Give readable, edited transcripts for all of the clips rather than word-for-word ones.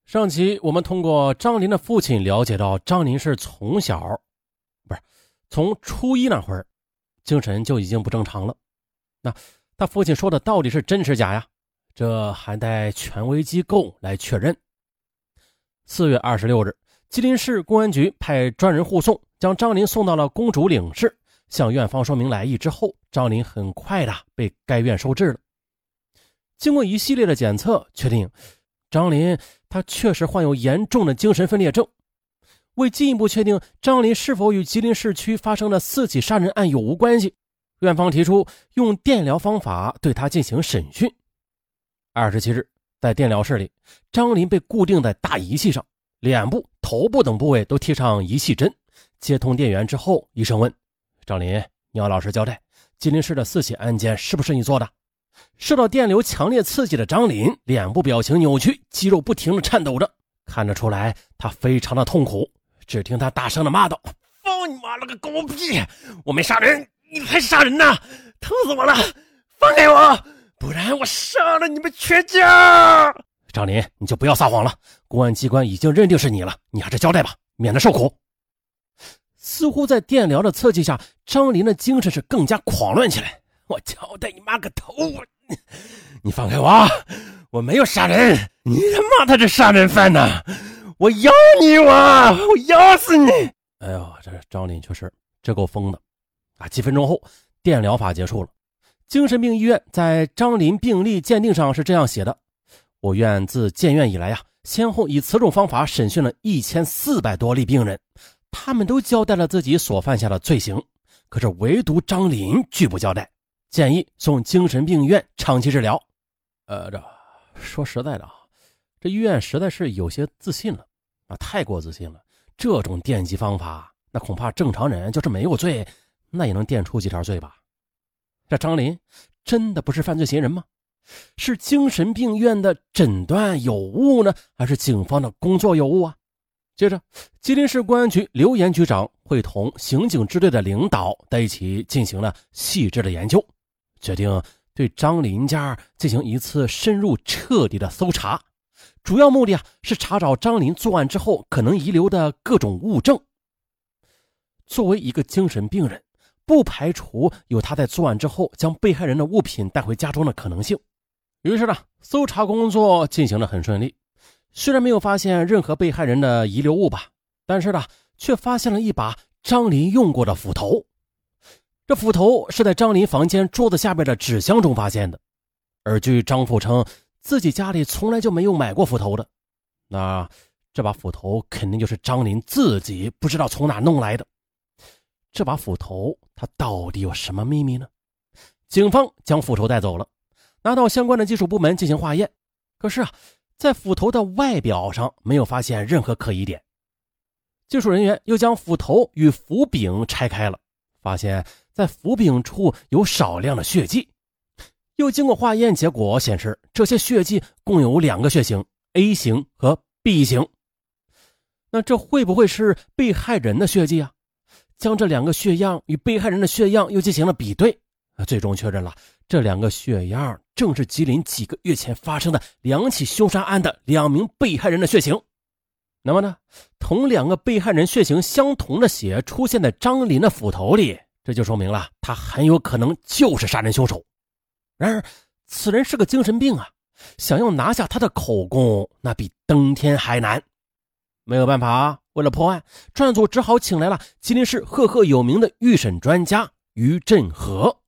上期我们通过张林的父亲了解到，张林是从初一那会儿精神就已经不正常了。那他父亲说的到底是真是假呀？这还待权威机构来确认。4月26日，吉林市公安局派专人护送，将张林送到了公主岭市，向院方说明来意之后，张林很快的被该院收治了。经过一系列的检测，确定张林他确实患有严重的精神分裂症。为进一步确定张林是否与吉林市区发生的4起杀人案有无关系，院方提出用电疗方法对他进行审讯。27日，在电疗室里，张林被固定在大仪器上，脸部、头部等部位都贴上仪器针。接通电源之后，医生问张林，你要老实交代，吉林市的4起案件是不是你做的？受到电流强烈刺激的张林脸部表情扭曲，肌肉不停地颤抖着，看得出来他非常的痛苦。只听他大声地骂道：放你妈了个狗屁，我没杀人，你还杀人呢，疼死我了，放开我，不然我杀了你们全家。张林，你就不要撒谎了，公安机关已经认定是你了，你还是交代吧，免得受苦。似乎在电疗的刺激下，张林的精神是更加狂乱起来。我交代你妈个头，你放开我，我没有杀人，你他妈他是杀人犯呢，我咬你，我咬死你。哎呦，这张林确实这够疯的啊！几分钟后，电疗法结束了。精神病医院在张林病历鉴定上是这样写的：我院自建院以来呀，先后以此种方法审讯了1400多例病人，他们都交代了自己所犯下的罪行，可是唯独张林拒不交代，建议送精神病院长期治疗。这说实在的啊，这医院实在是有些自信了啊，太过自信了。这种电击方法，那恐怕正常人就是没有罪，那也能电出几条罪吧。这张林真的不是犯罪嫌疑人吗？是精神病院的诊断有误呢，还是警方的工作有误啊？接着，吉林市公安局刘岩局长会同刑警支队的领导在一起进行了细致的研究，决定对张林家进行一次深入彻底的搜查，主要目的是查找张林作案之后可能遗留的各种物证。作为一个精神病人，不排除有他在作案之后将被害人的物品带回家中的可能性。于是呢，搜查工作进行得很顺利。虽然没有发现任何被害人的遗留物吧，但是呢，却发现了一把张林用过的斧头。这斧头是在张林房间桌子下边的纸箱中发现的，而据张父称，自己家里从来就没有买过斧头的。那这把斧头肯定就是张林自己不知道从哪弄来的。这把斧头它到底有什么秘密呢？警方将斧头带走了，拿到相关的技术部门进行化验。可是在斧头的外表上没有发现任何可疑点。技术人员又将斧头与斧柄拆开了，发现在斧柄处有少量的血迹。又经过化验，结果显示这些血迹共有2个血型 A 型和 B 型。那这会不会是被害人的血迹啊？将这2个血样与被害人的血样又进行了比对，最终确认了这2个血样正是吉林几个月前发生的2起凶杀案的2名被害人的血型。那么呢，同2个被害人血型相同的血出现在张林的斧头里，这就说明了他很有可能就是杀人凶手。然而此人是个精神病啊，想要拿下他的口供那比登天还难。没有办法，为了破案，专案组只好请来了吉林市赫赫有名的预审专家于振和。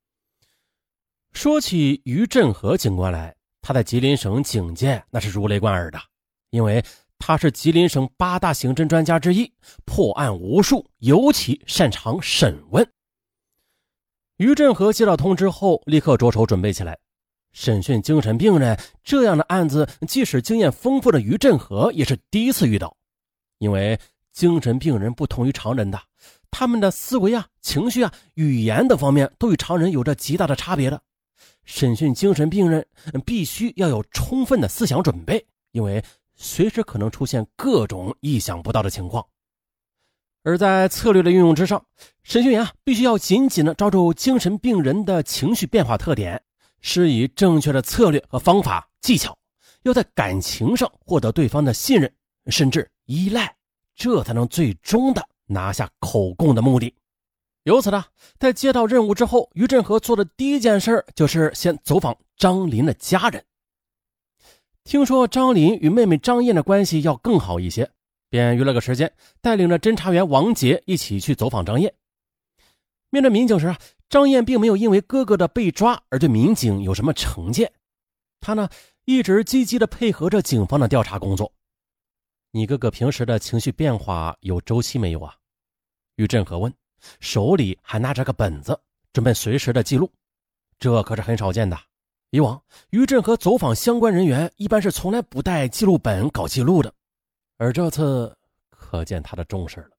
说起于振和警官来，他在吉林省警界那是如雷贯耳的，因为他是吉林省8大刑侦专家之一，破案无数，尤其擅长审问。于振和接到通知后，立刻着手准备起来。审讯精神病人这样的案子，即使经验丰富的于振和也是第一次遇到。因为精神病人不同于常人的，他们的思维情绪语言等方面都与常人有着极大的差别的。审讯精神病人必须要有充分的思想准备，因为随时可能出现各种意想不到的情况。而在策略的运用之上，审讯员必须要紧紧地抓住精神病人的情绪变化特点，施以正确的策略和方法技巧， 要在感情上获得对方的信任，甚至依赖，这才能最终的拿下口供的目的。由此呢，在接到任务之后，于振和做的第一件事就是先走访张林的家人。听说张林与妹妹张燕的关系要更好一些，便约了个时间，带领着侦查员王杰一起去走访张燕。面对民警时，张燕并没有因为哥哥的被抓而对民警有什么成见，她呢一直积极地配合着警方的调查工作。你哥哥平时的情绪变化有周期没有啊？于振和问，手里还拿着个本子，准备随时的记录。这可是很少见的，以往于振和走访相关人员一般是从来不带记录本搞记录的，而这次可见他的重视了。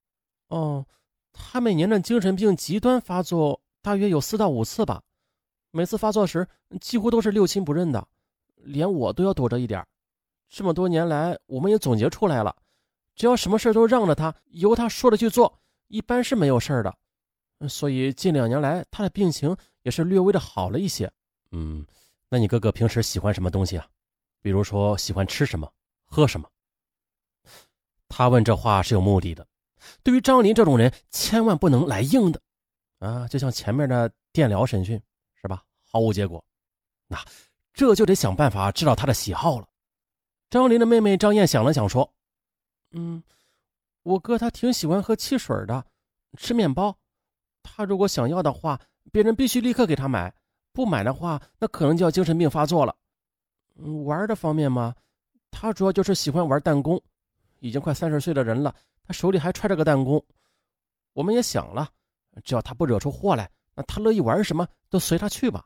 他每年的精神病极端发作大约有4到5次吧，每次发作时几乎都是六亲不认的，连我都要躲着一点。这么多年来我们也总结出来了，只要什么事都让着他，由他说的去做，一般是没有事的。所以近2年来他的病情也是略微的好了一些。那你哥哥平时喜欢什么东西啊？比如说喜欢吃什么喝什么？他问这话是有目的的，对于张林这种人千万不能来硬的就像前面的电疗审讯是吧，毫无结果。那这就得想办法知道他的喜好了。张林的妹妹张燕想了想说，我哥他挺喜欢喝汽水的，吃面包，他如果想要的话，别人必须立刻给他买，不买的话那可能就要精神病发作了。玩的方面嘛，他主要就是喜欢玩弹弓，已经快30岁的人了，他手里还揣着个弹弓。我们也想了，只要他不惹出祸来，那他乐意玩什么都随他去吧。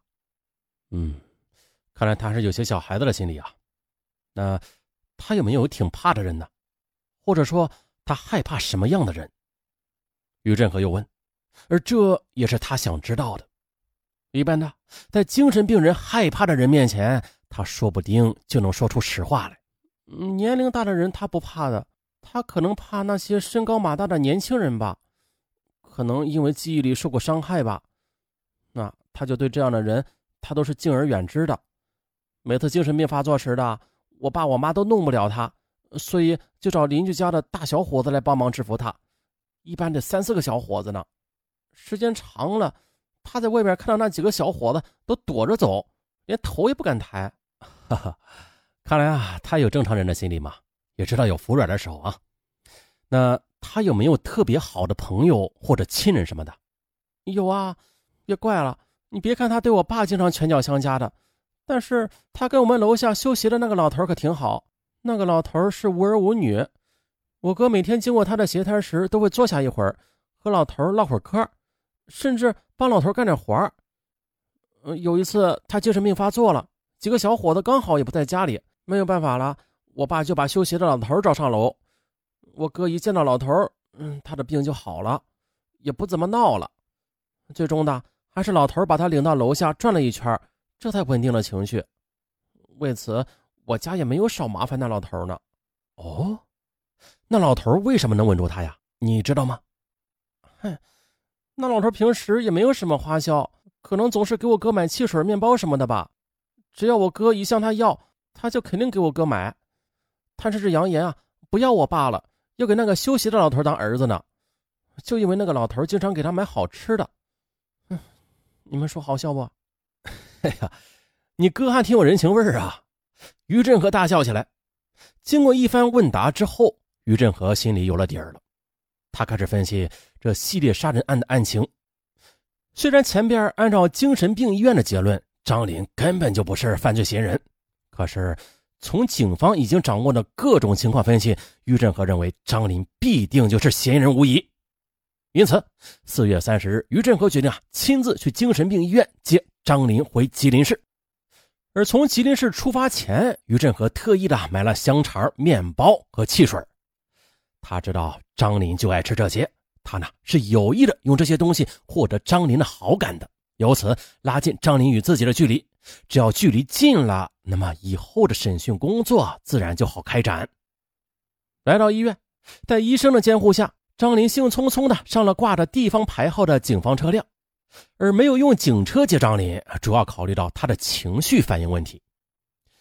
看来他是有些小孩子的心理啊。那他有没有挺怕的人呢？或者说他害怕什么样的人？于振和又问，而这也是他想知道的。一般的，在精神病人害怕的人面前，他说不定就能说出实话来。年龄大的人他不怕的，他可能怕那些身高马大的年轻人吧，可能因为记忆力受过伤害吧。那他就对这样的人他都是敬而远之的。每次精神病发作时的，我爸我妈都弄不了他，所以就找邻居家的大小伙子来帮忙制服他，一般得3、4个小伙子呢。时间长了，他在外边看到那几个小伙子都躲着走，连头也不敢抬。看来他有正常人的心理嘛，也知道有服软的时候啊。那他有没有特别好的朋友或者亲人什么的？有啊，也怪了，你别看他对我爸经常拳脚相加的，但是他跟我们楼下修鞋的那个老头可挺好。那个老头是无儿无女，我哥每天经过他的鞋摊时都会坐下一会儿，和老头唠会儿嗑，甚至帮老头干点活。有一次他精神病发作了，几个小伙子刚好也不在家里，没有办法了，我爸就把修鞋的老头找上楼。我哥一见到老头，他的病就好了，也不怎么闹了。最终的还是老头把他领到楼下转了一圈，这才稳定了情绪。为此我家也没有少麻烦那老头呢。那老头为什么能稳住他呀？你知道吗？那老头平时也没有什么花销，可能总是给我哥买汽水面包什么的吧。只要我哥一向他要，他就肯定给我哥买。他甚至扬言不要我爸了，要给那个修鞋的老头当儿子呢，就因为那个老头经常给他买好吃的。你们说好笑不？你哥还挺有人情味儿啊。于振和大笑起来。经过一番问答之后，于振和心里有了底儿了。他开始分析这系列杀人案的案情。虽然前边按照精神病医院的结论，张林根本就不是犯罪嫌疑人，可是从警方已经掌握的各种情况分析，于振和认为张林必定就是嫌疑人无疑。因此4月30日，于振和决定亲自去精神病医院接张林回吉林市。而从吉林市出发前，于振和特意的买了香肠、面包和汽水。他知道张林就爱吃这些，他呢是有意的用这些东西获得张林的好感的，由此拉近张林与自己的距离。只要距离近了，那么以后的审讯工作自然就好开展。来到医院，在医生的监护下，张林兴冲冲的上了挂着地方牌号的警方车辆，而没有用警车接张林，主要考虑到他的情绪反应问题。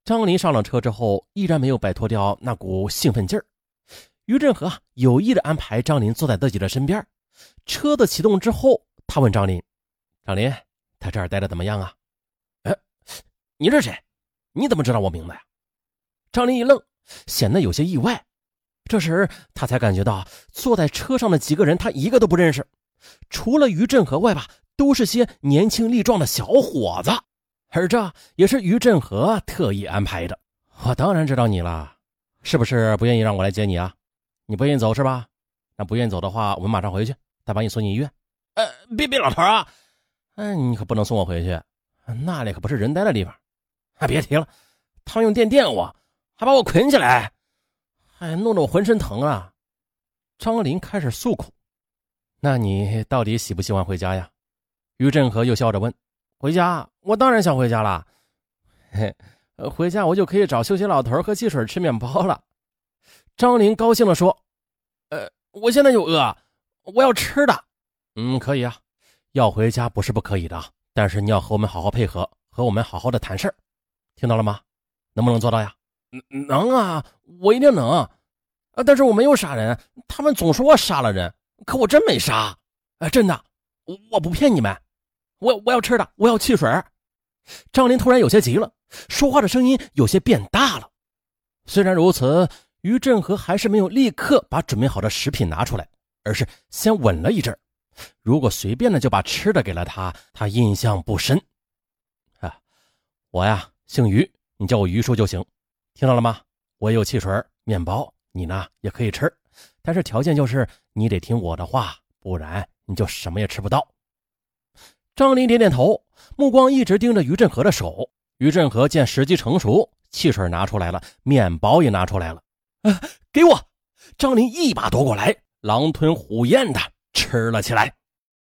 张林上了车之后，依然没有摆脱掉那股兴奋劲儿。于振和有意的安排张林坐在自己的身边。车子启动之后，他问张林：“张林，在这儿待的怎么样啊？”“你是谁？你怎么知道我名字呀？”张林一愣，显得有些意外。这时他才感觉到坐在车上的几个人他一个都不认识，除了于振和外吧，都是些年轻力壮的小伙子，而这也是于振和特意安排的。“我当然知道你了，是不是不愿意让我来接你啊？你不愿意走是吧？那不愿意走的话，我们马上回去，再把你送进医院。”“别老头啊，你可不能送我回去，那里可不是人待的地方。别提了，他们用电我，还把我捆起来，弄得我浑身疼啊。”张林开始诉苦。“那你到底喜不喜欢回家呀？”于振和又笑着问。“回家？我当然想回家了。回家我就可以找休息老头喝汽水吃面包了。”张林高兴地说。我现在就饿，我要吃的。”“可以啊，要回家不是不可以的，但是你要和我们好好配合，和我们好好的谈事儿，听到了吗？能不能做到呀？”“能啊，我一定能。但是我没有杀人，他们总说我杀了人，可我真没杀。真的，我不骗你们，我要吃的，我要汽水。”张林突然有些急了，说话的声音有些变大了。虽然如此，于振和还是没有立刻把准备好的食品拿出来，而是先稳了一阵。如果随便的就把吃的给了他，他印象不深。“我呀姓于，你叫我于叔就行，听到了吗？我也有汽水面包，你呢也可以吃，但是条件就是你得听我的话，不然你就什么也吃不到。”张林点点头，目光一直盯着于振和的手。于振和见时机成熟，汽水拿出来了，面包也拿出来了。“给我！”张林一把夺过来，狼吞虎咽的吃了起来。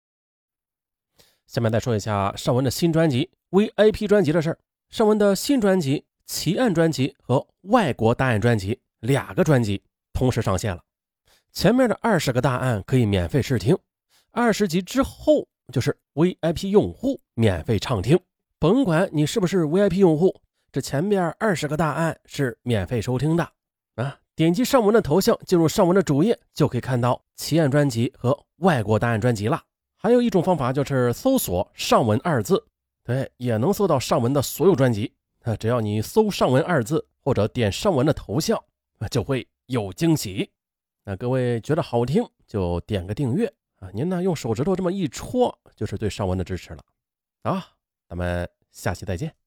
下面再说一下尚文的新专辑 VIP 专辑的事儿。尚文的新专辑奇案专辑和外国大案专辑2个专辑同时上线了。前面的20个大案可以免费试听，20集之后就是 VIP 用户免费畅听。甭管你是不是 VIP 用户，这前面20个大案是免费收听的点击尚文的头像进入尚文的主页，就可以看到奇案专辑和外国大案专辑了。还有一种方法就是搜索尚文2字，对，也能搜到尚文的所有专辑。只要你搜尚文2字或者点尚文的头像，就会有惊喜。那各位觉得好听就点个订阅您呢用手指头这么一戳，就是对尚文的支持了咱们下期再见。